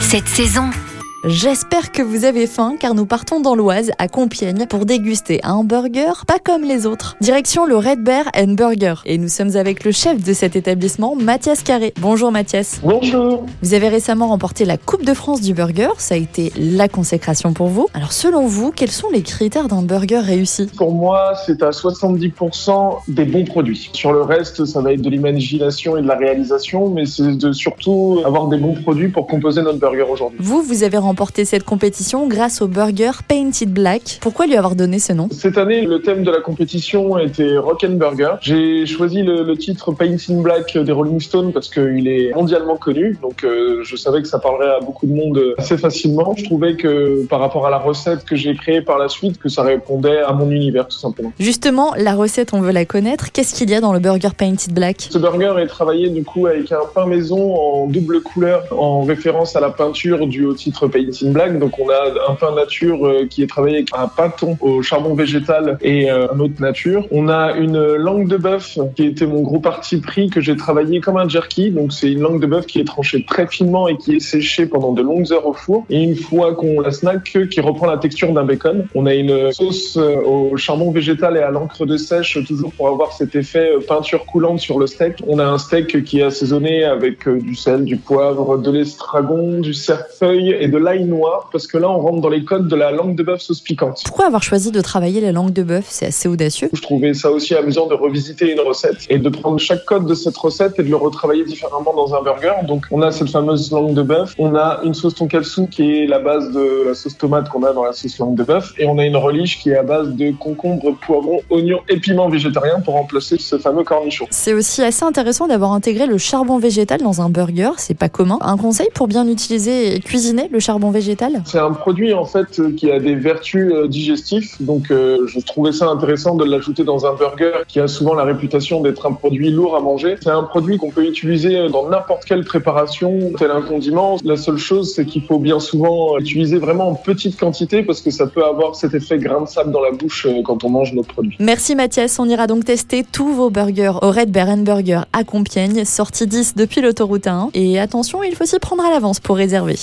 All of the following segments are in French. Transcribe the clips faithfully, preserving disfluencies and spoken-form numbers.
cette saison. J'espère que vous avez faim car nous partons dans l'Oise, à Compiègne, pour déguster un burger pas comme les autres. Direction le Red Bear and Burger. Et nous sommes avec le chef de cet établissement, Mathias Carré. Bonjour Mathias. Bonjour. Vous avez récemment remporté la Coupe de France du burger, ça a été la consécration pour vous. Alors selon vous, quels sont les critères d'un burger réussi ? Pour moi, c'est à soixante-dix pour cent des bons produits. Sur le reste, ça va être de l'imagination et de la réalisation, mais c'est de surtout avoir des bons produits pour composer notre burger aujourd'hui. Vous, vous avez remporté cette compétition grâce au burger Painted Black. Pourquoi lui avoir donné ce nom ? Cette année, le thème de la compétition était Rock and Burger. J'ai choisi le, le titre Painted Black des Rolling Stones parce qu'il est mondialement connu, donc euh, je savais que ça parlerait à beaucoup de monde assez facilement. Je trouvais que par rapport à la recette que j'ai créée par la suite, que ça répondait à mon univers tout simplement. Justement, la recette, on veut la connaître. Qu'est-ce qu'il y a dans le burger Painted Black ? Ce burger est travaillé du coup avec un pain maison en double couleur en référence à la peinture due au titre Painted Black. Donc on a un pain nature qui est travaillé avec un pâton au charbon végétal et un autre nature. On a une langue de bœuf qui était mon gros parti pris que j'ai travaillé comme un jerky. Donc c'est une langue de bœuf qui est tranchée très finement et qui est séchée pendant de longues heures au four. Et une fois qu'on la snack, qui reprend la texture d'un bacon. On a une sauce au charbon végétal et à l'encre de sèche, toujours pour avoir cet effet peinture coulante sur le steak. On a un steak qui est assaisonné avec du sel, du poivre, de l'estragon, du cerfeuil et de l'ail noir, parce que là on rentre dans les codes de la langue de bœuf sauce piquante. Pourquoi avoir choisi de travailler la langue de bœuf ? C'est assez audacieux. Je trouvais ça aussi amusant de revisiter une recette et de prendre chaque code de cette recette et de le retravailler différemment dans un burger. Donc on a cette fameuse langue de bœuf, on a une sauce tonkatsu qui est la base de la sauce tomate qu'on a dans la sauce langue de bœuf, et on a une relish qui est à base de concombre, poivron, oignons et piments végétariens pour remplacer ce fameux cornichon. C'est aussi assez intéressant d'avoir intégré le charbon végétal dans un burger, c'est pas commun. Un conseil pour bien utiliser et cuisiner le charbon végétal ? C'est un produit en fait qui a des vertus digestives, donc euh, je trouvais ça intéressant de l'ajouter dans un burger qui a souvent la réputation d'être un produit lourd à manger. C'est un produit qu'on peut utiliser dans n'importe quelle préparation, tel un condiment. La seule chose, c'est qu'il faut bien souvent utiliser vraiment en petite quantité parce que ça peut avoir cet effet grain de sable dans la bouche quand on mange notre produit. Merci Mathias, on ira donc tester tous vos burgers au Red Bear and Burger à Compiègne, sortie dix depuis l'autoroute A un. Et attention, il faut s'y prendre à l'avance pour réserver.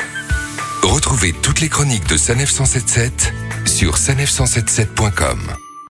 Retrouvez toutes les chroniques de Sanef cent soixante-dix-sept sur sanef cent soixante-dix-sept point com.